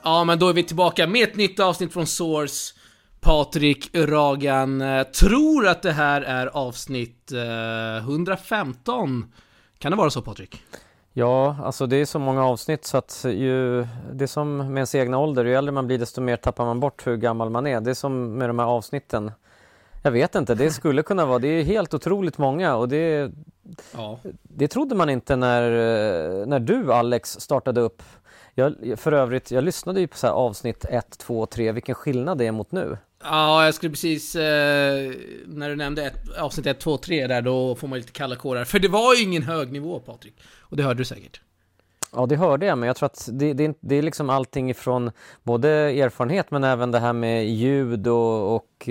Ja, men då är vi tillbaka med ett nytt avsnitt från Source. Patrik Ragan tror att det här är avsnitt 115. Kan det vara så, Patrik? Ja, alltså det är så många avsnitt så att det är som med ens egna ålder. Ju äldre man blir desto mer tappar man bort hur gammal man är. Det är som med de här avsnitten. Jag vet inte, det skulle kunna vara. Det är helt otroligt många och det trodde man inte när du, Alex, startade upp. Jag lyssnade ju på så här avsnitt 1, 2, 3. Vilken skillnad det är mot nu. Ja, jag skulle precis när du nämnde avsnitt 1, 2, 3 där, då får man lite kalla kårar. För det var ju ingen hög nivå, Patrik. Och det hörde du säkert. Ja, det hörde jag, men jag tror att det är liksom allting ifrån både erfarenhet men även det här med ljud och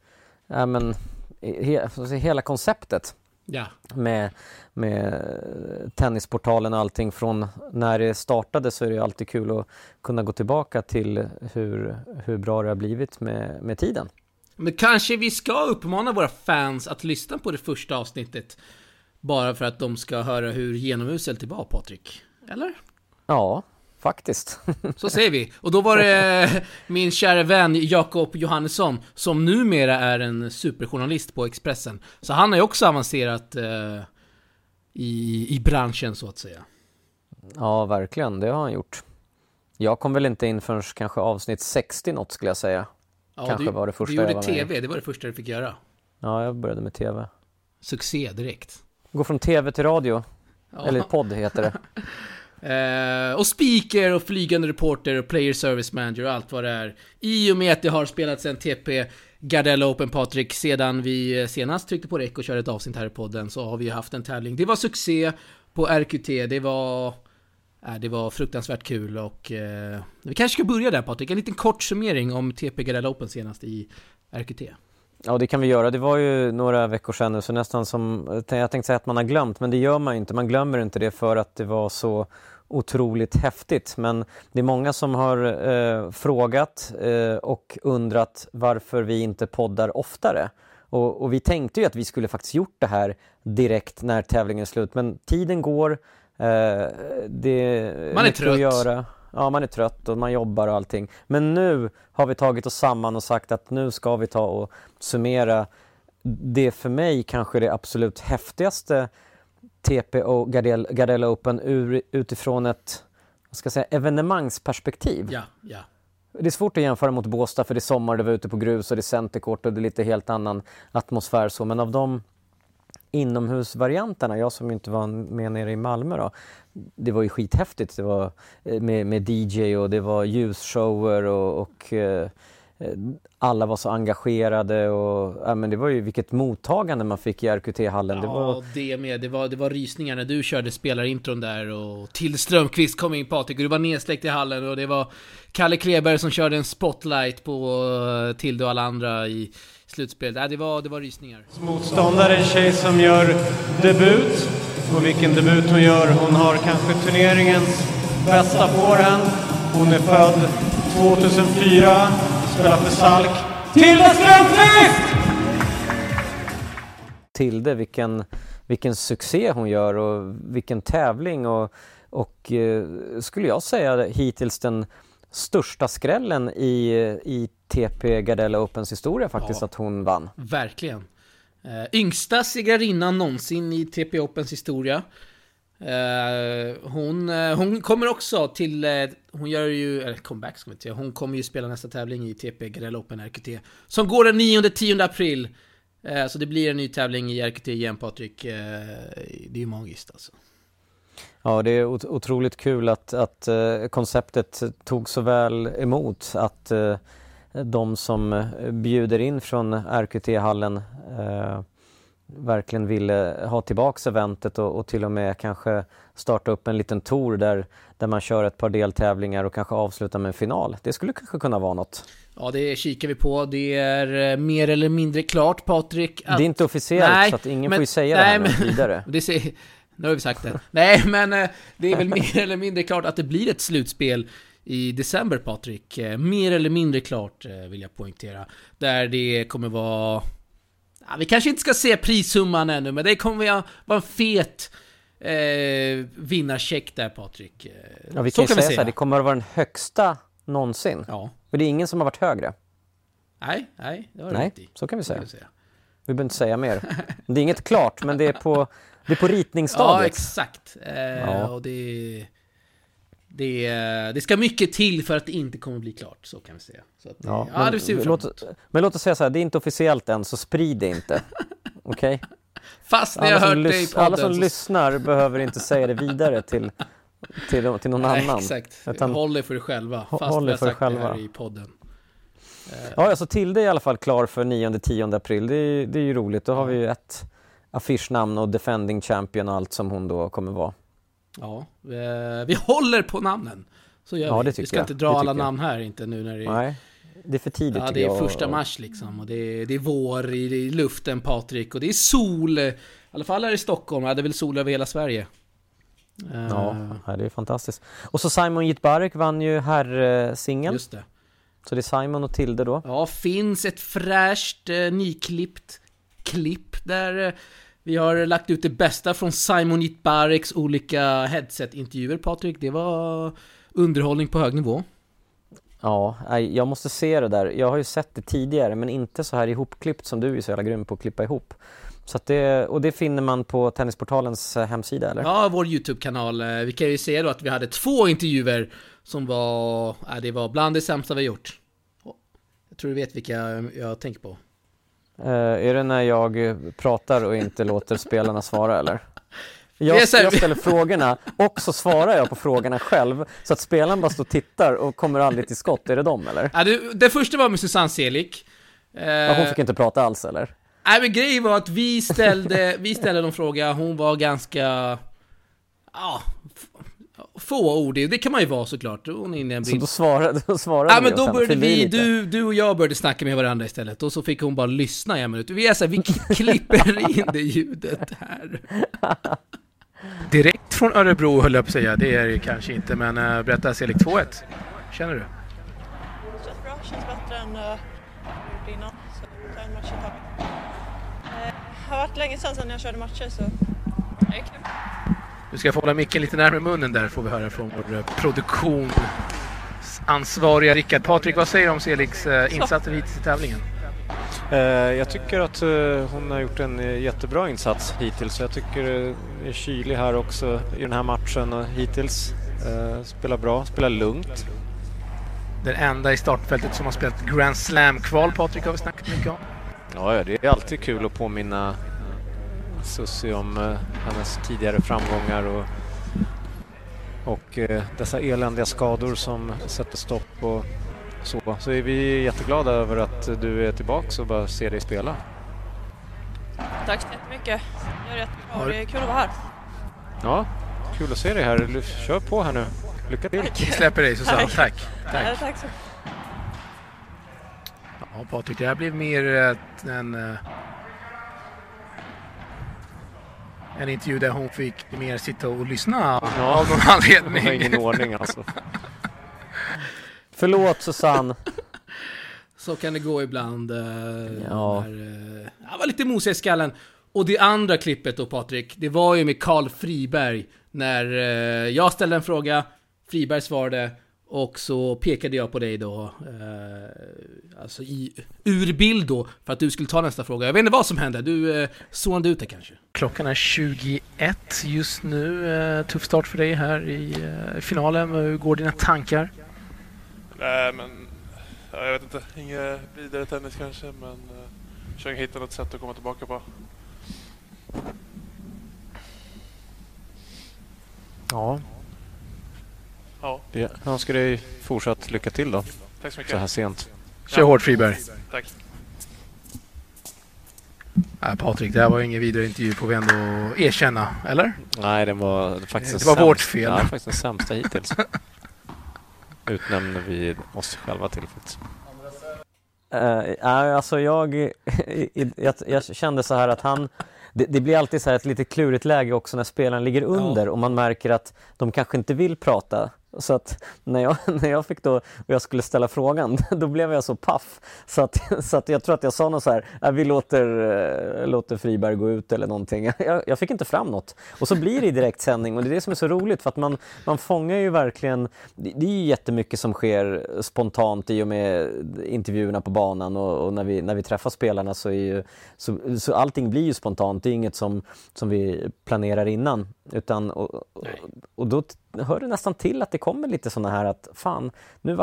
hela konceptet. Ja. Med tennisportalen och allting från när det startade, så är det alltid kul att kunna gå tillbaka till hur bra det har blivit med tiden. Men kanske vi ska uppmana våra fans att lyssna på det första avsnittet bara för att de ska höra hur genomuselt det var, Patrik. Eller? Ja, faktiskt. Så säger vi. Och då var det min kära vän Jakob Johannesson, som numera är en superjournalist på Expressen. Så han har ju också avancerat i branschen, så att säga. Ja, verkligen. Det har han gjort. Jag kom väl inte in förrän kanske avsnitt 60 något, skulle jag säga. Ja, kanske var det första du gjorde jag var TV, med. det var det första du fick göra. Ja, jag började med TV. Succé direkt. Gå från TV till radio. Ja. Eller podd heter det. Och speaker och flygande reporter och player service manager och allt vad det är. I och med att det har spelats en TP Gardell Open, Patrik, sedan vi senast tryckte på räck och körde ett avsnitt här i podden, så har vi haft en tävling. Det var succé på RQT. Det var fruktansvärt kul. Och vi kanske ska börja där, Patrik. En liten kort summering om TP Gardell Open senast i RQT. Ja, det kan vi göra. Det var ju några veckor sedan nu, så nästan som jag tänkte säga att man har glömt, men det gör man inte. Man glömmer inte det för att det var så otroligt häftigt. Men det är många som har frågat och undrat varför vi inte poddar oftare. Och vi tänkte ju att vi skulle faktiskt gjort det här direkt när tävlingen är slut. Men tiden går. Man är trött. Att göra. Ja, man är trött och man jobbar och allting. Men nu har vi tagit oss samman och sagt att nu ska vi ta och summera det för mig kanske det absolut häftigaste TP och Gardell Open utifrån ett evenemangsperspektiv. Ja. Det är svårt att jämföra mot Båstad, för det är sommar, det var ute på grus och det är centerkort och det är lite helt annan atmosfär så. Men av de inomhusvarianterna, jag som inte var med nere i Malmö då, det var ju skithäftigt. Det var med DJ och det var ljusshower och alla var så engagerade och men det var ju vilket mottagande man fick i RQT-hallen. Ja, det var rysningar när du körde spelarintron där och till Strömqvist kom in, Patrik, och det var nedsläckt i hallen och det var Kalle Kleberg som körde en spotlight på Tilde och alla andra i slutspel. Det var rysningar. Motståndare, en tjej som gör debut. Och vilken debut hon gör. Hon har kanske turneringens bästa forehand. Hon är född 2004. Spelar för Salk. Tilde Strömqvist! Tilde, vilken succé hon gör och vilken tävling. Och skulle jag säga hittills den största skrällen i TP Gardell Opens historia faktiskt, att hon vann. Verkligen. Yngsta segrarinnan någonsin i TP Opens historia. Hon kommer också till hon gör ju, eller comeback ska vi säga. Hon kommer ju spela nästa tävling i TP Gardell Open RQT som går den 9-10 april. Så det blir en ny tävling i RQT igen, Patrik. Det är ju magiskt alltså. Ja, det är otroligt kul att konceptet tog så väl emot, att de som bjuder in från RQT-hallen verkligen ville ha tillbaka eventet och till och med kanske starta upp en liten tour där man kör ett par deltävlingar och kanske avsluta med en final. Det skulle kanske kunna vara något. Ja, det kikar vi på. Det är mer eller mindre klart, Patrik. Det är inte officiellt, så att ingen får ju säga det här vidare. Nu har vi sagt det. Nej, men det är väl mer eller mindre klart att det blir ett slutspel i december, Patrik. Mer eller mindre klart, vill jag poängtera. Där det kommer vara... Ja, vi kanske inte ska se prissumman ännu, men det kommer vara en fet vinnarcheck där, Patrik. Ja, vi kan säga så här, det kommer att vara den högsta någonsin. Ja. För det är ingen som har varit högre. Nej, det har du Nej, rätt i. så kan vi säga. Det säga. Vi behöver inte säga mer. Det är inget klart, men det är på ritningsstadiet. Ja, exakt. Och det ska mycket till för att det inte kommer bli klart, så kan vi säga. Så att, det ser men låt oss säga så här, det är inte officiellt än, så sprid det inte. Okej? Fast när jag hört det i podden. Alla som lyssnar behöver inte säga det vidare till någon annan. Exakt. Utan, håll det för dig själva. Fast håll vi har det för sagt själva. det här i podden. Ja, alltså Tilde är i alla fall klar för 9-10 april. Det är ju roligt. Då har vi ju ett affischnamn och defending champion och allt som hon då kommer vara. Ja, vi håller på namnen. Så gör vi. Vi ska inte dra alla namn här inte nu när det är... Nej, det är för tidigt. Ja, det är första mars liksom. Och det är vår i luften, Patrik. Och det är sol. I alla fall här i Stockholm. Det är väl sol över hela Sverige. Ja, det är fantastiskt. Och så Simon Jitbarek vann ju herr-singeln. Just det. Så det är Simon och Tilde då. Ja, finns ett fräscht nyklippt klipp där vi har lagt ut det bästa från Simon Jitbareks olika headset-intervjuer, Patrik. Det var underhållning på hög nivå. Ja, jag måste se det där. Jag har ju sett det tidigare, men inte så här ihopklippt som du är så jävla grym på att klippa ihop. Så att det finner man på Tennisportalens hemsida, eller? Ja, vår YouTube-kanal. Vi kan ju se då att vi hade 2 intervjuer som det var bland det sämsta vi gjort. Jag tror du vet vilka jag tänker på. Är det när jag pratar och inte låter spelarna svara, eller? Jag ställer frågorna och så svarar jag på frågorna själv, så att spelaren bara står och tittar och kommer aldrig till skott. Är det dem, eller? Ja, det första var med Susanne Selig. Hon fick inte prata alls, eller? Nej, men grejen var att vi ställde någon fråga. Hon var ganska få ord. Det kan man ju vara, såklart. Hon är inne i en så då svarade ja, men då började du och jag började snacka med varandra istället. Och så fick hon bara lyssna i en minut. Vi klipper in det ljudet här. Direkt från Örebro, höll jag på att säga. Det är det kanske inte, men berätta Selig 2-1. Känner du? Känns bra, känns bättre än gjort innan. Så ta en match i taget. Har varit länge sedan jag körde matcher, så det är kul. Du ska få hålla micken lite närmare munnen där, får vi höra från vår produktionsansvariga Rickard. Patrik, vad säger du om Seligs insatser hittills i tävlingen? Jag tycker att hon har gjort en jättebra insats hittills. Jag tycker det är kylig här också i den här matchen och hittills. Spelar bra, spelar lugnt. Den enda i startfältet som har spelat Grand Slam-kval, Patrik, har vi snackat mycket om. Ja, det är alltid kul att påminna Susie om hennes tidigare framgångar och dessa eländiga skador som sätter stopp och så är vi jätteglada över att du är tillbaka och bara ser dig spela. Tack så jättemycket. Det är jättebra. Det är kul att vara här. Ja, kul att se dig här. Kör på här nu. Lycka till. Vi släpper dig, Susanne. Tack. Tack så. Ja, Patrik, det här blev mer en intervju där hon fick mer sitta och lyssna av någon anledning. Det var ingen ordning alltså. Förlåt, Susanne. Så kan det gå ibland. Jag var lite mosig i skallen. Och det andra klippet då, Patrik, det var ju med Carl Friberg. När jag ställde en fråga, Friberg svarade, och så pekade jag på dig då, alltså ur bild då, för att du skulle ta nästa fråga. Jag vet inte vad som hände, du zonade ut det kanske. Klockan är 21 just nu. Tuff start för dig här i finalen. Hur går dina tankar? Nej, men jag vet inte. Inga vidare tennis kanske, men försöker hitta något sätt att komma tillbaka på. Ja. Jag önskar dig fortsatt lycka till då. Tack så mycket. Så här sent. Kör hårt, Friberg. Tack. Patrik, det här var ingen vidare intervju, på vi ändå erkänna, eller? Nej, det var faktiskt det var vårt fel. Ja, faktiskt den sämsta hittills. Utnämner vi oss själva till faktiskt. Alltså jag kände så här att det blir alltid så här ett lite klurigt läge också när spelaren ligger under och man märker att de kanske inte vill prata. Så att när jag fick då, och jag skulle ställa frågan, då blev jag så paff. Så att jag tror att jag sa något så här, vi låter Friberg gå ut eller någonting. Jag fick inte fram något. Och så blir det i direktsändning, och det är det som är så roligt, för att man fångar ju verkligen, det är ju jättemycket som sker spontant i och med intervjuerna på banan, och när vi träffar spelarna så är ju, så allting blir ju spontant. Det är inget som vi planerar innan, utan och då hör det nästan till att det kommer lite såna här att fan, nu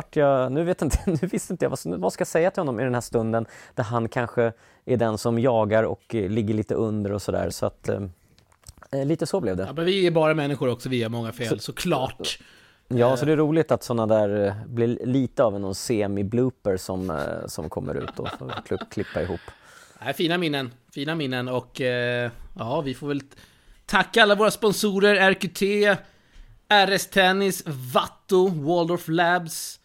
visste inte jag vad ska jag säga till honom i den här stunden där han kanske är den som jagar och ligger lite under och sådär, så att lite så blev det. Ja, men vi är bara människor också, vi har många fel, såklart. Ja, så det är roligt att såna där blir lite av någon semi-blooper som kommer ut och får klippa ihop. Nej, fina minnen, och ja, vi får väl tacka alla våra sponsorer, RQT, RS Tennis, Vatto, Waldorf Labs,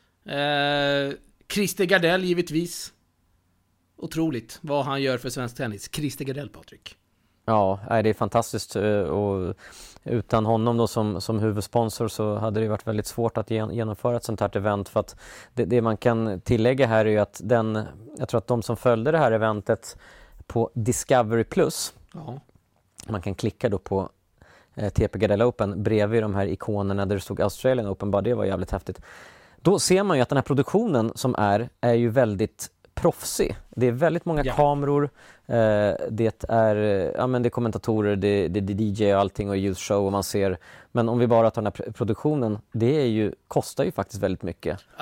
Christer Gardell givetvis. Otroligt vad han gör för svensk tennis. Christer Gardell, Patrik. Ja, det är fantastiskt, och utan honom då som huvudsponsor så hade det varit väldigt svårt att genomföra ett sånt här event, för att det man kan tillägga här är ju att jag tror att de som följde det här eventet på Discovery Plus, man kan klicka då på TP Gardell Open bredvid de här ikonerna där det stod Australian Open, bara det var jävligt häftigt. Då ser man ju att den här produktionen som är ju väldigt proffsig. Det är väldigt många kameror, det är kommentatorer, det är DJ och allting och ljusshow, och man ser, men om vi bara tar den här produktionen, kostar ju faktiskt väldigt mycket. Ja,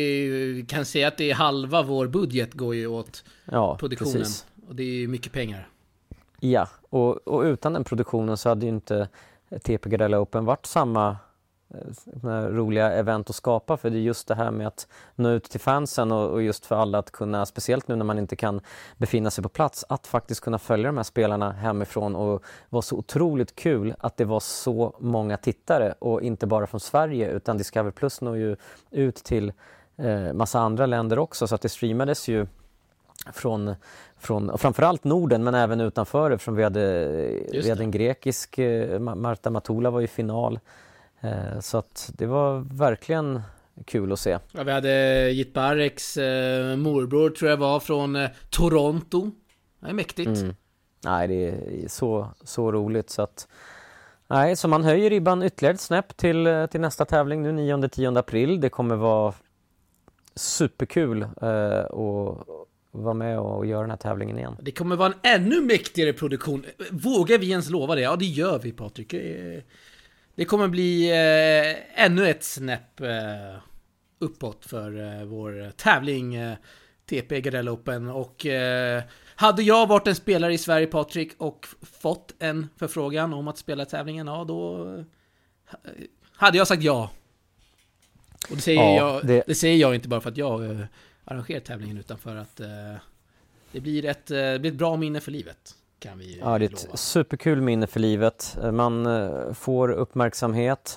kan säga att det är halva vår budget går ju åt produktionen. Precis. Och det är mycket pengar. Ja, och utan den produktionen så hade ju inte TP Gardell Open varit samma roliga event att skapa, för det är just det här med att nå ut till fansen, och just för alla att kunna, speciellt nu när man inte kan befinna sig på plats, att faktiskt kunna följa de här spelarna hemifrån, och var så otroligt kul att det var så många tittare, och inte bara från Sverige, utan Discovery Plus når ju ut till massa andra länder också, så att det streamades ju från framförallt Norden, men även utanför, eftersom vi hade en grekisk, Marta Matula var i final. Så att det var verkligen kul att se. Ja, vi hade Jit Bareks morbror, tror jag var, från Toronto. Det är mäktigt. Nej, det är så roligt, så att så man höjer ribban ytterligare ett snäpp till nästa tävling nu 9-10 april. Det kommer vara superkul att vara med och göra den här tävlingen igen. Det kommer vara en ännu mäktigare produktion. Vågar vi ens lova det? Ja, det gör vi, Patrik. Det kommer bli ännu ett snäpp uppåt för vår tävling TP Gardell Open. Och hade jag varit en spelare i Sverige, Patrik, och fått en förfrågan om att spela tävlingen, då hade jag sagt ja. Och det säger jag inte bara för att jag arrangerar tävlingen, utan för att det blir ett bra minne för livet. Det är ett superkul minne för livet. Man får uppmärksamhet,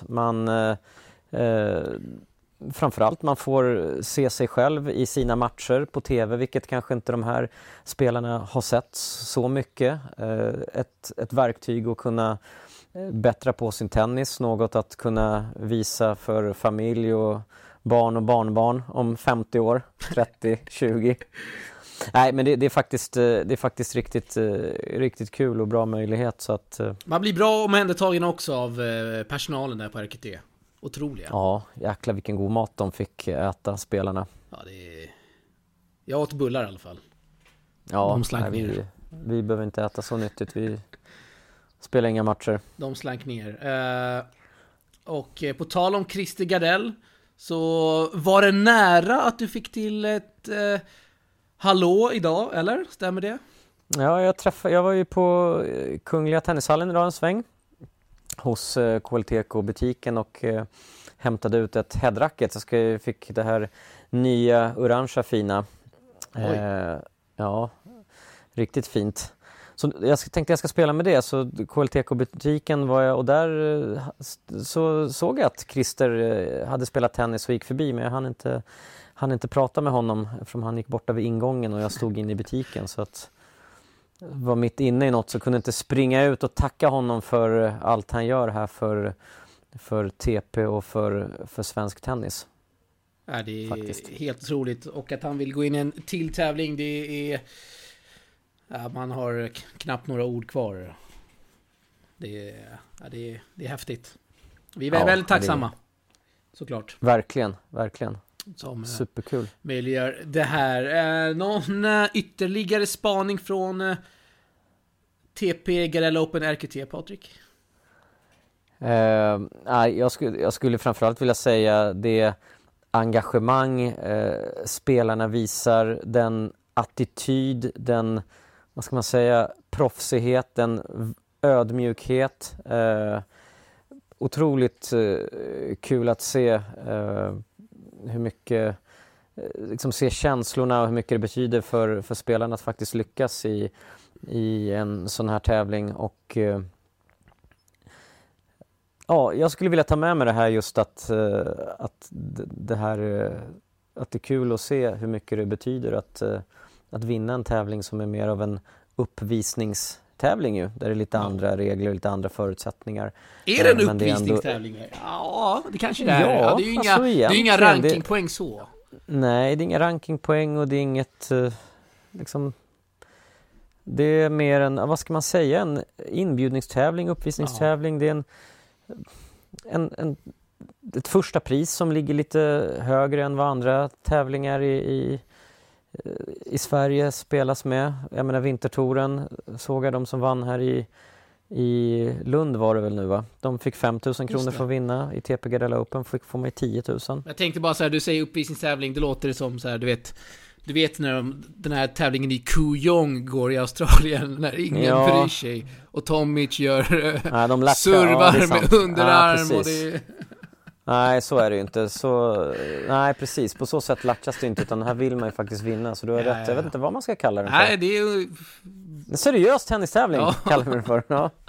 framförallt man får se sig själv i sina matcher på tv, vilket kanske inte de här spelarna har sett så mycket. Ett verktyg att kunna bättra på sin tennis, något att kunna visa för familj och barn och barnbarn om 50 år, 30, 20. Nej, men det är faktiskt riktigt kul och bra möjlighet, så att man blir bra omhändertagen också av personalen där på RQT. Otroliga. Ja, jäklar vilken god mat de fick äta, spelarna. Ja, jag åt bullar i alla fall. Ja, vi behöver inte äta så nyttigt. Vi spelar inga matcher. De slank ner. Och på tal om Christer Gardell, så var det nära att du fick till ett hallå idag, eller? Stämmer det? Ja, jag var ju på Kungliga Tennishallen idag en sväng hos KLTK-butiken och hämtade ut ett headracket. Jag fick det här nya orangea fina. Ja, riktigt fint. Så jag tänkte jag ska spela med det. Så KLTK-butiken var jag, och där så såg jag att Christer hade spelat tennis och gick förbi, men jag hann inte prata med honom eftersom han gick borta vid ingången och jag stod inne i butiken, så att var mitt inne i något, så kunde inte springa ut och tacka honom för allt han gör här för för TP och för svensk tennis. Ja, det är faktiskt helt otroligt. Och att han vill gå in i en till tävling, det är... Ja, man har knappt några ord kvar. Det är häftigt. Vi är väldigt tacksamma. Såklart. Verkligen. Som superkul. Möjliggör det här. Någon ytterligare spaning från TP Gardella Open RQT, Patrik? Jag skulle framförallt vilja säga det engagemang spelarna visar, den attityd, den, vad ska man säga, proffsighet, den ödmjukhet. Otroligt kul att se hur mycket, liksom se känslorna och hur mycket det betyder för spelarna att faktiskt lyckas i en sån här tävling. Och jag skulle vilja ta med mig det här, just att det här, att det är kul att se hur mycket det betyder att vinna en tävling som är mer av en uppvisningstävling ju, där det är lite andra regler och lite andra förutsättningar. Är det en uppvisningstävling? Ja, det kanske det är. Ja, det är ju inga rankingpoäng så. Nej, det är inga rankingpoäng och det är inget liksom, det är mer en, vad ska man säga, en inbjudningstävling, uppvisningstävling. Det är ett första pris som ligger lite högre än vad andra tävlingar i Sverige spelas med. Jag menar, Vintertouren såg jag, de som vann här i Lund var det väl nu, va? De fick 5 000 kronor för att vinna. I TP Gardella Open får man 10 000. Jag tänkte bara så här, du säger uppvisningstävling, det låter som så här, du vet när den här tävlingen i Kooyong går i Australien, när ingen bryr sig och Tomic gör servar med underarm och det... Nej, så är det ju inte. Nej, precis. På så sätt latchas det inte, utan här vill man ju faktiskt vinna. Så du har rätt. Jag vet inte vad man ska kalla den för. Nej, det är ju... En seriös tennistävling kallar vi den för.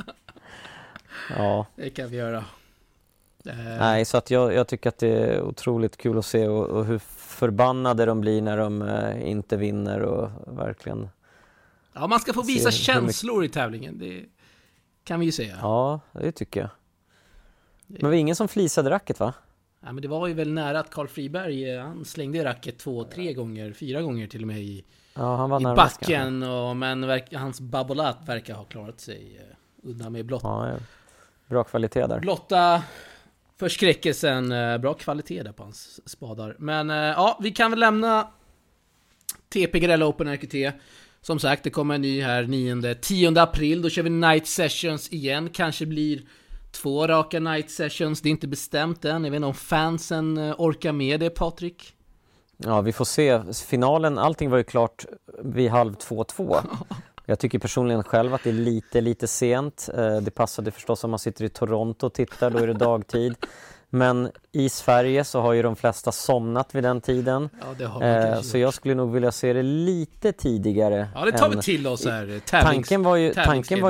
Ja. Det kan vi göra. Nej, så att jag tycker att det är otroligt kul att se och hur förbannade de blir när de inte vinner och verkligen... Ja, man ska få visa känslor i tävlingen. Det kan vi ju säga. Ja, det tycker jag. Men det var ingen som flisade racket, va? Ja, men det var ju väl nära att Carl Friberg, han slängde racket 4 gånger till och med i backen. Men hans babolat verkar ha klarat sig undan med blott. Ja, bra kvalitet där. Blotta förskräckelsen, bra kvalitet där på hans spadar. Men vi kan väl lämna TP Gardella Open RQT. Som sagt, det kommer en ny här 9-10 april. Då kör vi Night Sessions igen. Kanske blir 2 raka Night Sessions. Det är inte bestämt än. Jag vet inte om fansen orkar med det, Patrik. Ja, vi får se. Finalen, allting var ju klart vid 1:30. Jag tycker personligen själv att det är lite sent. Det passade förstås om man sitter i Toronto och tittar, då är det dagtid. Men i Sverige så har ju de flesta somnat vid den tiden. Ja, det har så jag skulle nog vilja se det lite tidigare. Ja, det tar vi till oss här. Tanken var ju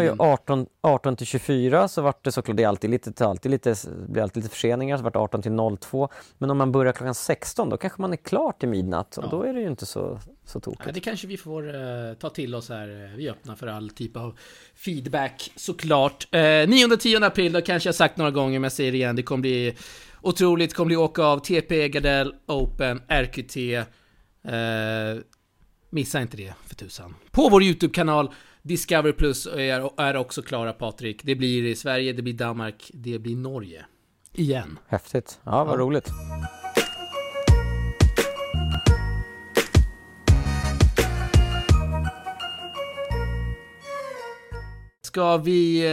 18-24, så vart det såklart, det blir alltid lite förseningar, så vart det 18-02. Men om man börjar klockan 16, då kanske man är klar till midnatt. Och då är det ju inte så tokigt. Ja, det kanske vi får ta till oss här. Vi öppnar för all typ av feedback, såklart. 9-10 april, då kanske jag sagt några gånger, men jag säger det igen. Det kommer bli otroligt, kommer bli åka av TP Gardella Open RQT. Missa inte det för tusan. På vår YouTube-kanal Discovery Plus är också klara, Patrik. Det blir i Sverige, det blir Danmark, det blir Norge. Igen. Häftigt. Ja, vad roligt. Ska vi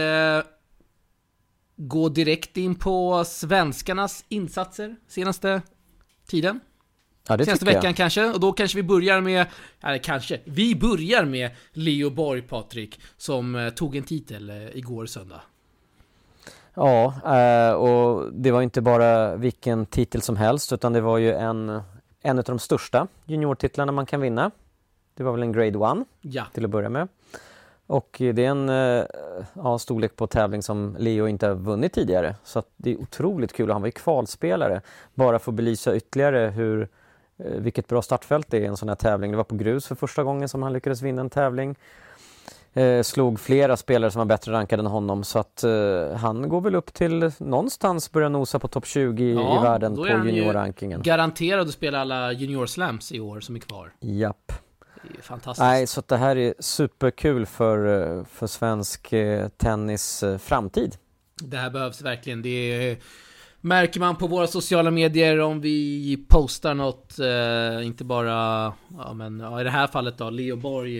gå direkt in på svenskarnas insatser senaste tiden? Ja, det senaste veckan kanske. Och då kanske vi börjar med... Vi börjar med Leo Borg, Patrik, som tog en titel igår söndag. Ja, och det var inte bara vilken titel som helst, utan det var ju en av de största juniortitlarna man kan vinna. Det var väl en Grade 1 till att börja med. Och det är en storlek på tävling som Leo inte har vunnit tidigare. Så att det är otroligt kul. Han var ju kvalspelare. Bara för att belysa ytterligare vilket bra startfält det är i en sån här tävling. Det var på grus för första gången som han lyckades vinna en tävling. slog flera spelare som var bättre rankade än honom, så att han går väl upp till någonstans, börjar nosa på topp 20 i världen på juniorrankingen. Garanterad att spela alla junior slams i år som är kvar. Japp. Det är fantastiskt. Nej, så att det här är superkul för svensk tennis framtid. Det här behövs verkligen. Det märker man på våra sociala medier om vi postar något, inte bara i det här fallet då Leo Borg,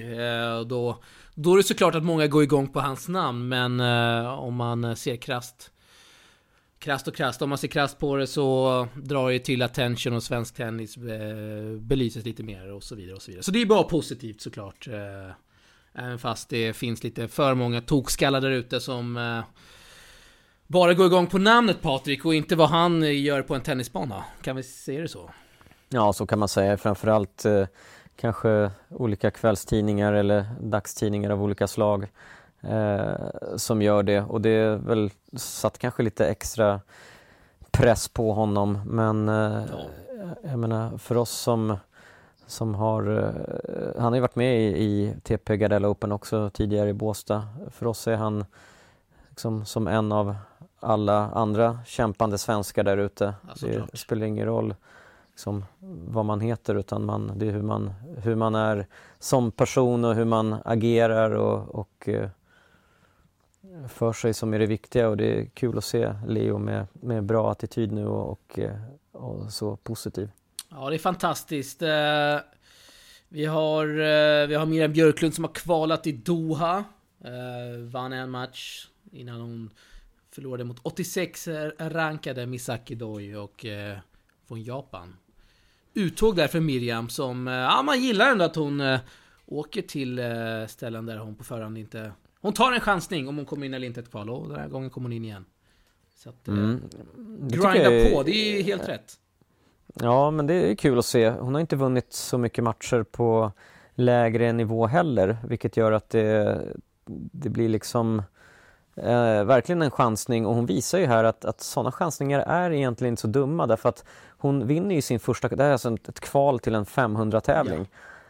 då är det såklart att många går igång på hans namn, men om man ser krasst, om man ser krasst på det, så drar det till attention och svensk tennis belyses lite mer och så vidare och så vidare. Så det är bara positivt såklart, även fast det finns lite för många tokskallar där ute som bara går igång på namnet Patrik och inte vad han gör på en tennisbana. Kan vi se det så? Ja, så kan man säga. Framförallt kanske olika kvällstidningar eller dagstidningar av olika slag som gör det. Och det är väl satt kanske lite extra press på honom. Men jag menar, för oss som har... han har ju varit med i TP Gardella Open också tidigare i Båstad. För oss är han liksom som en av alla andra kämpande svenskar där ute. Ja, det spelar ingen roll liksom vad man heter, utan det är hur man är som person och hur man agerar och för sig som är det viktiga. Och det är kul att se Leo med bra attityd nu och så positiv. Ja, det är fantastiskt. Vi har Miriam Björklund som har kvalat i Doha. Vann en match innan hon förlorade mot 86 rankade Misaki Doi och från Japan. Uttåg därför Miriam som man gillar ändå att hon åker till ställen där hon på förhand inte... Hon tar en chansning om hon kommer in eller inte ett kval, och den här gången kommer hon in igen. Så att grinda på, det är helt rätt. Ja, men det är kul att se. Hon har inte vunnit så mycket matcher på lägre nivå heller, vilket gör att det blir liksom verkligen en chansning, och hon visar ju här att sådana chansningar är egentligen inte så dumma, därför att hon vinner ju sin första, det är alltså ett kval till en 500-tävling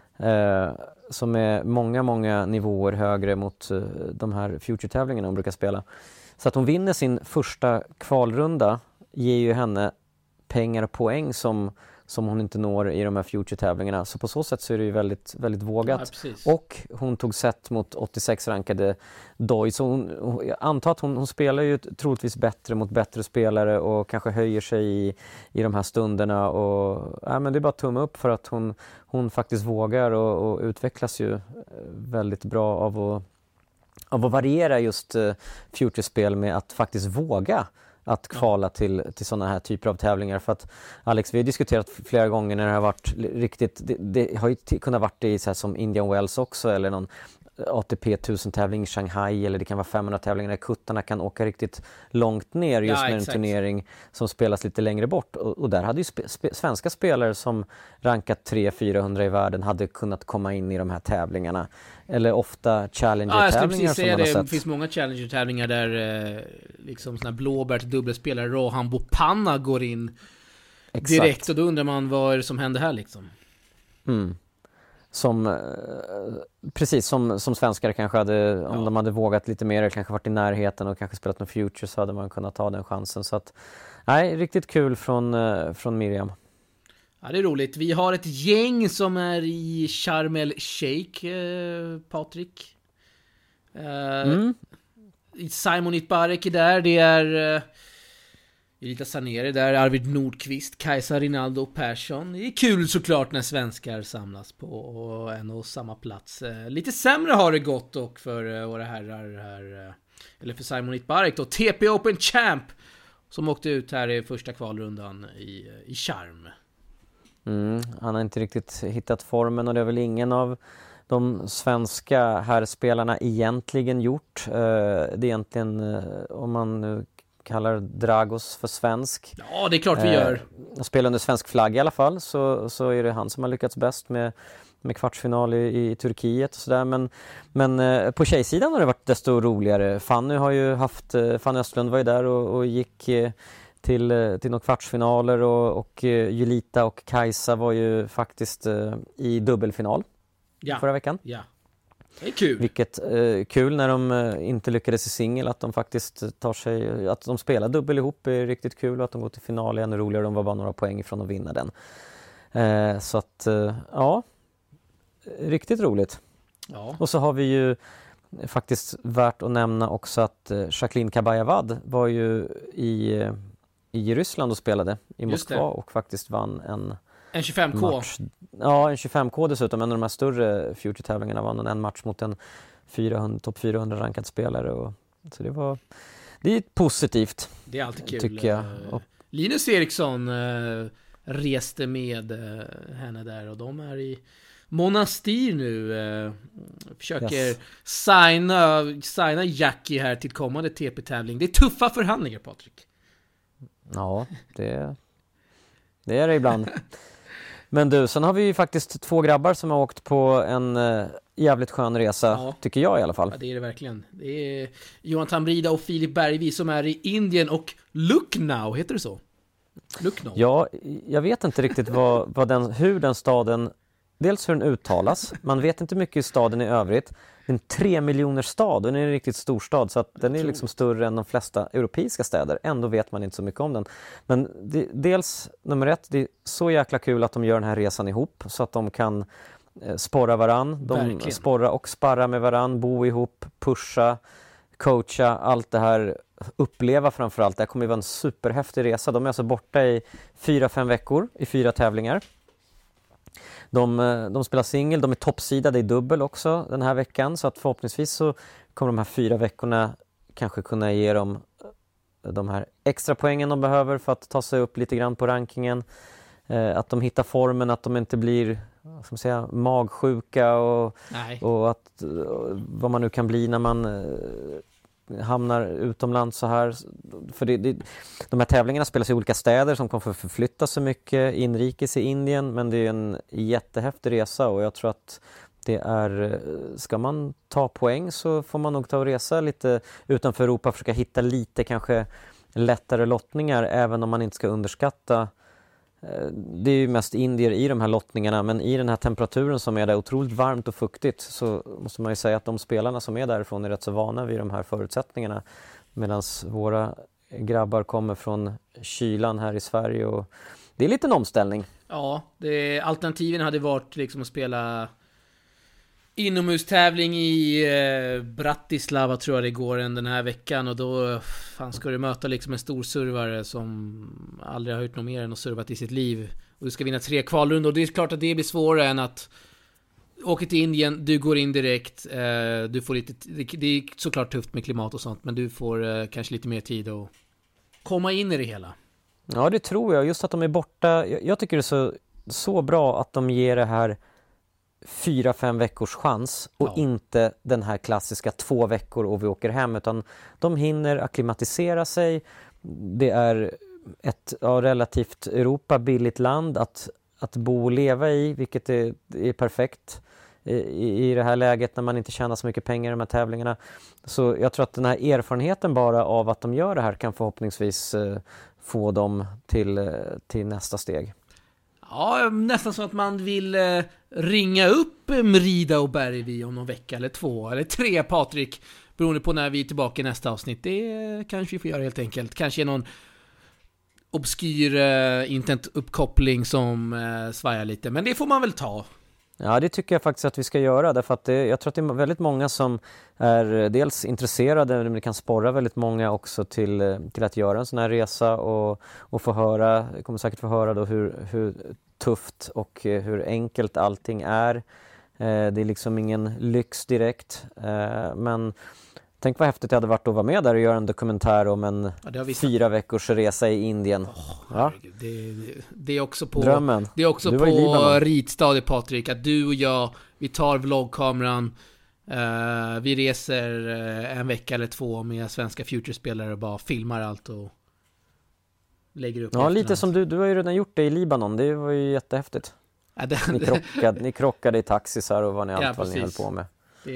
som är många nivåer högre mot de här Future-tävlingarna hon brukar spela. Så att hon vinner sin första kvalrunda ger ju henne pengar och poäng som hon inte når i de här Future-tävlingarna. Så på så sätt så är det ju väldigt, väldigt vågat. Ja, och hon tog set mot 86-rankade Doi. Så jag antar att hon spelar ju troligtvis bättre mot bättre spelare och kanske höjer sig i de här stunderna. Och, men det är bara tumme upp för att hon faktiskt vågar och utvecklas ju väldigt bra av att variera just Future-spel med att faktiskt våga att kvala till sådana här typer av tävlingar. För att Alex, vi har diskuterat flera gånger när det har varit riktigt, det har ju kunnat varit i så här som Indian Wells också, eller någon ATP 1000-tävling i Shanghai, eller det kan vara 500-tävlingar där kuttarna kan åka riktigt långt ner just med en turnering som spelas lite längre bort. Och där hade ju svenska spelare som rankat 300-400 i världen hade kunnat komma in i de här tävlingarna. Eller ofta Challenger-tävlingar som man har sett. Det finns många Challenger-tävlingar där liksom såna blåbärt dubbelspelare Rohan Bopanna går in direkt, och då undrar man vad är det som händer här liksom. Precis som svenskar kanske hade, om de hade vågat lite mer, eller kanske varit i närheten och kanske spelat någon Future, så hade man kunnat ta den chansen. Så att, nej, riktigt kul från Miriam. Ja, det är roligt. Vi har ett gäng som är i Sharm el Sheikh, Patrik. Simon Itbarek är där, det är Elita Saneri där, Arvid Nordqvist, Kajsa Rinaldo och Persson. Det är kul såklart när svenskar samlas på en och samma plats. Lite sämre har det gått och för våra herrar här, eller för Simon Itbarek då, TP Open Champ som åkte ut här i första kvalrundan i Sharm. Han har inte riktigt hittat formen, och det är väl ingen av de svenska herrspelarna egentligen gjort. Det är egentligen, om man nu kallar Dragos för svensk. Ja, det är klart vi gör. Spelar under svensk flagg i alla fall, så är det han som har lyckats bäst med kvartsfinal i Turkiet och sådär. Men på tjejsidan har det varit desto roligare. Fanny Östlund var ju där och gick till några kvartsfinaler, och Julita och Kajsa var ju faktiskt i dubbelfinal förra veckan. Ja. Det är kul. Vilket kul när de inte lyckades i singel, att de faktiskt tar sig, att de spelar dubbel ihop är riktigt kul, och att de går till final är ännu roligare. De var bara några poäng ifrån att vinna den. Så att ja, riktigt roligt. Ja. Och så har vi ju faktiskt värt att nämna också att Jacqueline Kabayavad var ju i Ryssland och spelade i Moskva och faktiskt vann en 25K. match. Ja, en 25K dessutom. En av de här större Future-tävlingarna vann en match mot en topp 400 rankad spelare. Och, så det är positivt. Det är alltid kul. Tycker jag. Linus Eriksson reste med henne där, och de är i Monastir nu. Försöker signa Jackie här till kommande TP-tävling. Det är tuffa förhandlingar, Patrik. Ja, det är det ibland. Men du, sen har vi ju faktiskt 2 grabbar som har åkt på en jävligt skön resa, tycker jag i alla fall. Ja, det är det verkligen. Det är Johan Tambrida och Filip Bergvi som är i Indien och Lucknow, heter det så? Lucknow. Ja, jag vet inte riktigt hur den staden, dels hur den uttalas. Man vet inte mycket i staden i övrigt. Det är en 3 miljoner stad, och den är en riktigt stor stad, så att den är liksom större än de flesta europeiska städer. Ändå vet man inte så mycket om den. Men dels, nummer 1, det är så jäkla kul att de gör den här resan ihop, så att de kan sporra varann. De sporra och sparra med varann, bo ihop, pusha, coacha, allt det här, uppleva framförallt. Det kommer ju vara en superhäftig resa. De är alltså borta i 4-5 veckor i 4 tävlingar. De spelar singel, de är toppsidade i dubbel också den här veckan, så att förhoppningsvis så kommer de här 4 veckorna kanske kunna ge dem de här extra poängen de behöver för att ta sig upp lite grann på rankingen. Att de hittar formen, att de inte blir magsjuka och att vad man nu kan bli när man hamnar utomlands så här. För de här tävlingarna spelas i olika städer som kommer förflytta så mycket inrikes i Indien, men det är en jättehäftig resa, och jag tror att det är, ska man ta poäng så får man nog ta och resa lite utanför Europa, försöka hitta lite kanske lättare lottningar, även om man inte ska underskatta. Det är ju mest indier i de här lottningarna, men i den här temperaturen som är där otroligt varmt och fuktigt, så måste man ju säga att de spelarna som är därifrån är rätt så vana vid de här förutsättningarna, medan våra grabbar kommer från kylan här i Sverige, och det är lite en omställning. Ja, alternativen hade varit liksom att spela inomhustävling i Bratislava, tror jag det går den här veckan, och då ska du möta liksom en stor servare som aldrig har hört något mer än att servat i sitt liv, och du ska vinna 3 kvalrundor, och det är klart att det blir svårare än att åka till Indien, du går in direkt, du får lite, det är såklart tufft med klimat och sånt, men du får kanske lite mer tid att komma in i det hela. Ja, det tror jag, just att de är borta. Jag tycker det är så bra att de ger det här 4-5 veckors chans, och inte den här klassiska 2 veckor och vi åker hem, utan de hinner akklimatisera sig. Det är ett relativt Europa billigt land att bo och leva i, vilket är perfekt i det här läget när man inte tjänar så mycket pengar i de här tävlingarna. Så jag tror att den här erfarenheten bara av att de gör det här kan förhoppningsvis få dem till nästa steg. Ja, nästan så att man vill ringa upp Mrida och Bergvi om någon vecka eller 2 eller 3, Patrik, beroende på när vi är tillbaka i nästa avsnitt. Det kanske vi får göra helt enkelt. Kanske någon obskyr internetuppkoppling som svajar lite, men det får man väl ta. Ja, det tycker jag faktiskt att vi ska göra, därför att jag tror att det är väldigt många som är dels intresserade, men det kan sporra väldigt många också till att göra en sån här resa och få höra, kommer säkert få höra då hur tufft och hur enkelt allting är. Det är liksom ingen lyx direkt, men tänk vad häftigt det hade varit att vara med där och göra en dokumentär om en 4 veckors resa i Indien. Det är också på drömmen. Det är också på ritstadiet, Patrik, att du och jag, vi tar vloggkameran, vi reser en vecka eller 2 med svenska futurespelare och bara filmar allt och lägger upp. Ja, lite som du har ju redan gjort det i Libanon. Det var ju jättehäftigt. Ni krockade i taxisar och vad ni höll på med.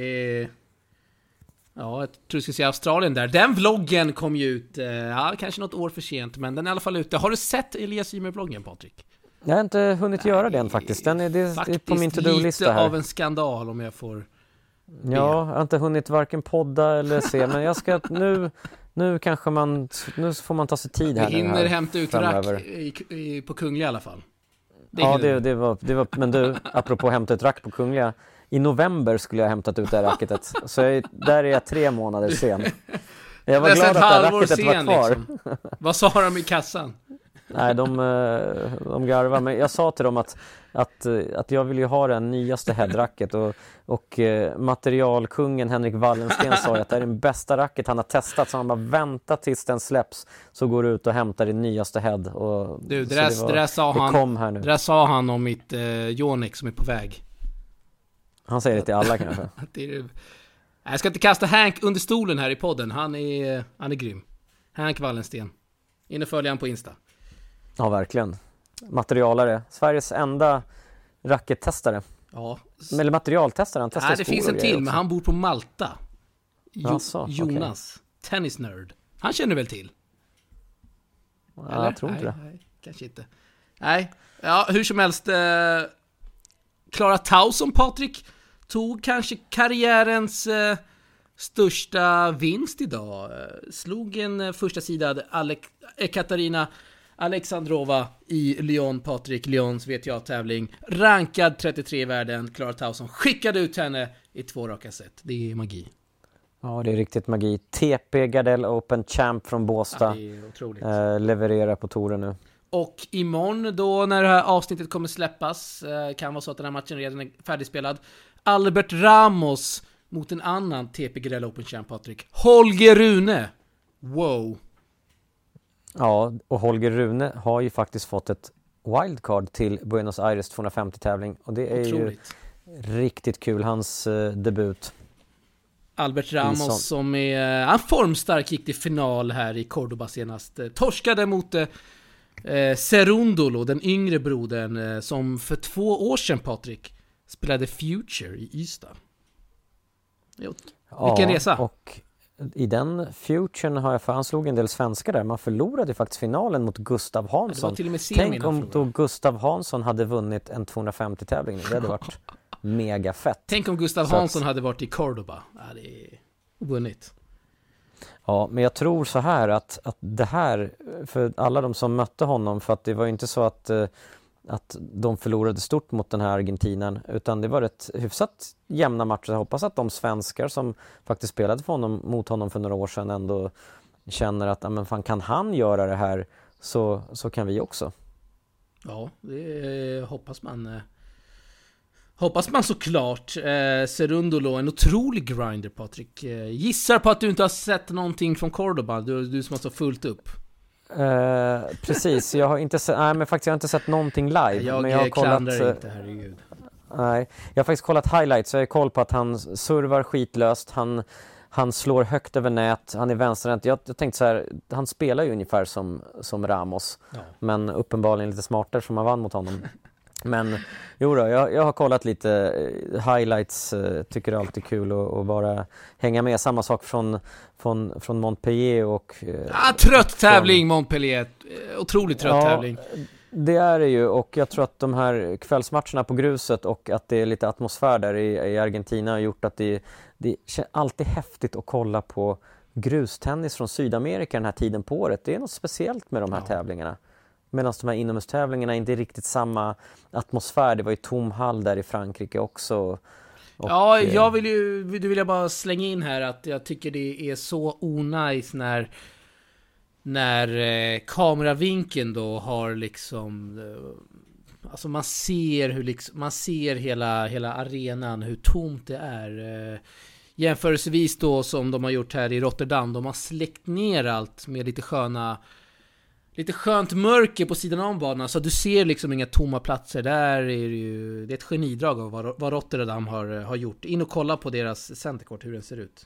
Ja, jag tror du ska se Australien där. Den vloggen kom ju ut, kanske något år för sent, men den är i alla fall ute. Har du sett Elias Ymer-vloggen, Patrik? Jag har inte hunnit göra den faktiskt. Det är på min to-do-lista här. Lite av en skandal om jag får Ja, jag har inte hunnit varken podda eller se, men jag ska nu kanske nu får man ta sig tid här. Vi hinner här hämta ut rack på Kungliga i alla fall. Det var, men du, apropå hämta ut rack på Kungliga, i november skulle jag hämtat ut det här racketet. Så där är jag 3 månader sen. Jag var glad att det här racketet var kvar. Liksom. Vad sa de i kassan? Nej, de garvar. Men jag sa till dem att jag vill ju ha det nyaste headracket och materialkungen Henrik Wallensten sa att det är den bästa racket han har testat, så han bara vänta tills den släpps, så går du ut och hämtar det nyaste head. Och du, det där sa han om mitt Yonex som är på väg. Han säger det till alla kanske. Jag ska inte kasta Hank under stolen här i podden. Han är grym. Hank Wallensten. In och följ han på Insta. Ja, verkligen. Materialare. Sveriges enda rackettestare. Ja. Eller materialtestare. Han testar. Nej, det finns en till, men han bor på Malta. Jonas. Okay. Tennisnörd. Han känner väl till? Ja, jag tror inte det. Nej, kanske inte. Nej. Ja, hur som helst. Clara Tauson, Patrik, tog kanske karriärens största vinst idag. Slog en första sidad Katarina Alexandrova i Lyon, Patrik. Lyons VTA-tävling. Rankad 33 i världen. Clara Tauson skickade ut henne i 2 raka set. Det är magi. Ja, det är riktigt magi. TP Gardell Open Champ från Båstad. Ja, det är otroligt. Levererar på touren nu. Och imorgon då, när det här avsnittet kommer släppas, kan vara så att den här matchen redan är färdigspelad. Albert Ramos mot en annan TP Gardell Open Champ, Patrik. Holger Rune. Wow. Ja, och Holger Rune har ju faktiskt fått ett wildcard till Buenos Aires 250-tävling. Och det är otroligt. Ju riktigt kul, hans debut. Albert Ramos som är han formstark, gick till final här i Cordoba senast. Torskade mot Cerundolo, den yngre brodern, som för 2 år sedan, Patrik, spelade Future i Ystad. Vilken resa. Och i den Futuren har jag han slog en del svenskar där. Man förlorade faktiskt finalen mot Gustav Hansson. Tänk om då Gustav Hansson hade vunnit en 250-tävling. Det hade varit mega fett. Tänk om Gustav Hansson hade varit i Cordoba. Ja, det är vunnit. Ja, men jag tror så här att det här, för alla de som mötte honom, för att det var ju inte så att de förlorade stort mot den här Argentinan, utan det var ett hyfsat jämna matcher. Jag hoppas att de svenskar som faktiskt spelade mot honom för några år sedan ändå känner att men fan, kan han göra det här så kan vi också. Ja, det hoppas man. Hoppas man såklart. Cerundolo, en otrolig grinder, Patrik. Gissar på att du inte har sett någonting från Cordoba, du som har så fullt upp. Precis, jag har inte sett, nej, men faktiskt jag har inte sett någonting live. Men jag har kollat, inte, herregud. Nej, jag har faktiskt kollat highlights, så jag har koll på att han servar skitlöst, han slår högt över nät, han är vänsterhänt. Jag tänkte så här, han spelar ju ungefär som Ramos, ja. Men uppenbarligen lite smartare som han vann mot honom. Men jo då, jag har kollat lite highlights, tycker det är alltid kul att bara hänga med. Samma sak från Montpellier och... trött tävling Montpellier, otroligt trött tävling. Det är det ju, och jag tror att de här kvällsmatcherna på gruset och att det är lite atmosfär där i Argentina har gjort att det är alltid häftigt att kolla på grustennis från Sydamerika den här tiden på året. Det är något speciellt med de här tävlingarna. Medan de här inomhustävlingarna inte är riktigt samma atmosfär. Det var ju tom hall där i Frankrike också. Ja, jag vill jag bara slänga in här att jag tycker det är så onajs när kameravinkeln då har liksom, alltså man ser hela arenan, hur tomt det är. Jämförelsevis då som de har gjort här i Rotterdam, de har släckt ner allt med lite skönt mörker på sidan om banan, så du ser liksom inga tomma platser. Där är det är ett genidrag av vad Rotterdam har gjort. In och kolla på deras centerkort, hur den ser ut.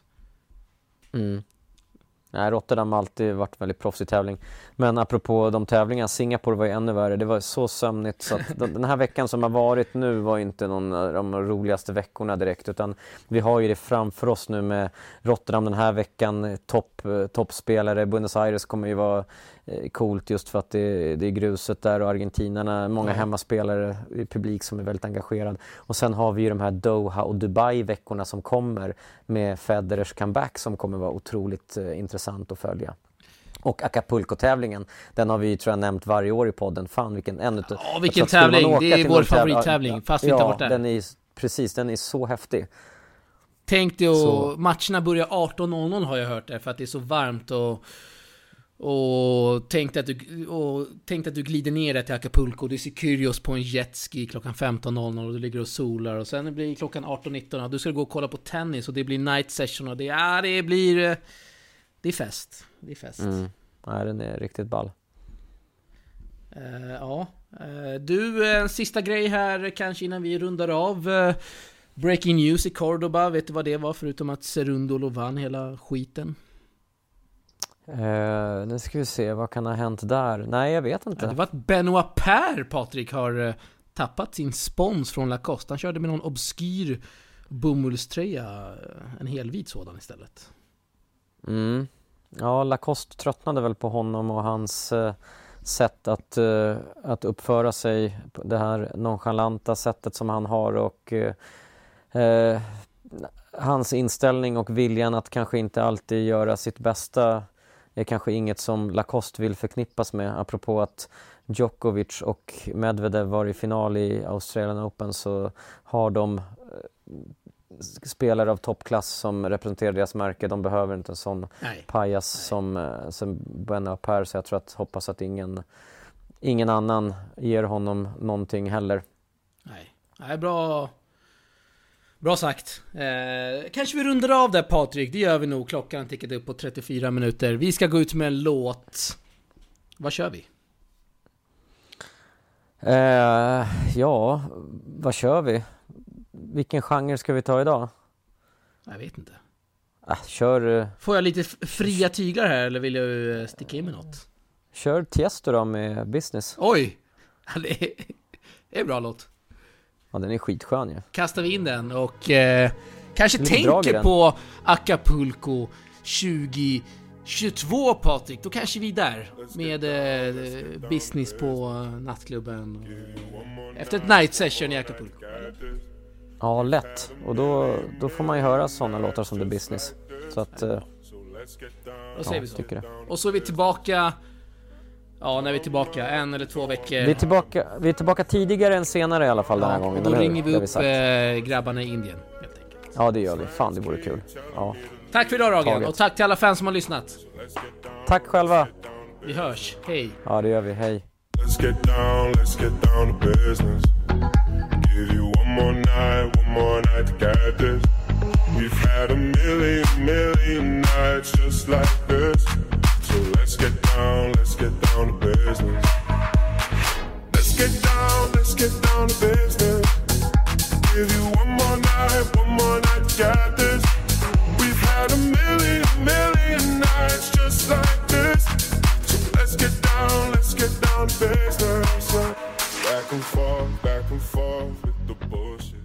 Nej, Rotterdam har alltid varit väldigt proffsig tävling. Men apropå de tävlingarna, Singapore var ju ännu värre. Det var så sömnigt så att den här veckan som har varit nu var inte någon av de roligaste veckorna direkt, utan vi har ju det framför oss nu med Rotterdam den här veckan, toppspelare. Buenos Aires kommer ju vara coolt just för att det är gruset där och argentinarna, många hemmaspelare i publik som är väldigt engagerad. Och sen har vi ju de här Doha och Dubai-veckorna som kommer med Federers comeback som kommer vara otroligt intressant att följa. Och Acapulco-tävlingen, den har vi tror jag nämnt varje år i podden. Fan vilken vilken tävling, det är vår favorittävling fast vi inte har varit där. Den är så häftig. Tänk dig att matcherna börjar 18:00 har jag hört det, för att det är så varmt och tänk att du glider ner till Acapulco, du ser Kyrgios på en jetski klockan 15:00 och du ligger och solar och sen blir klockan 18:19 och du ska gå och kolla på tennis och det blir night session och det är fest. Det är fest. Nej, den är riktigt ball. Du, en sista grej här kanske innan vi rundar av. Breaking news i Cordoba, vet du vad det var förutom att Cerundolo vann hela skiten? Nu ska vi se, vad kan ha hänt där? Nej, jag vet inte. Det var att Benoit Per, Patrik, har tappat sin spons från Lacoste. Han körde med någon obskyr bomullströja, en helvit sådan istället. Ja, Lacoste tröttnade väl på honom och hans sätt att uppföra sig, det här nonchalanta sättet som han har och hans inställning och viljan att kanske inte alltid göra sitt bästa är kanske inget som Lacoste vill förknippas med. Apropå att Djokovic och Medvedev var i final i Australian Open, så har de spelare av toppklass som representerar deras märke. De behöver inte en sån pajas som Benoit Per, så jag hoppas att ingen annan ger honom någonting heller. Nej, bra sagt. Kanske vi rundar av där, Patrik. Det gör vi nog. Klockan har tickat upp på 34 minuter. Vi ska gå ut med en låt. Vad kör vi? Vad kör vi? Vilken genre ska vi ta idag? Jag vet inte. Kör... Får jag lite fria tyglar här eller vill jag sticka in med något? Kör Tiesto då med Business. Oj! Det är en bra låt. Ja, den är skitskön ju. Kastar vi in den och kanske tänker på Acapulco 2022, Patrik. Då kanske vi är där med Business på nattklubben efter ett night session i Acapulco. Ja, lätt. Och då får man ju höra sådana låtar som The Business. Så att då säger vi så. Tycker det. Och så är vi tillbaka. Ja, när vi är tillbaka 1 eller 2 veckor. Vi är tillbaka tidigare än senare i alla fall den här gången. Då ringer vi upp grabbarna i Indien helt enkelt. Ja, det gör vi. Fan, det vore kul. Ja. Tack för idag, Ragen. Och tack till alla fans som har lyssnat. Tack själva. Vi hörs. Hej. Ja, det gör vi. Hej. Let's get down to business. Give you one more night to get this. We've had a million nights just like this. So let's get down to business. Let's get down to business. Give you one more night to get this. We've had a million nights just like this. So let's get down to business. Back and forth with the bullshit.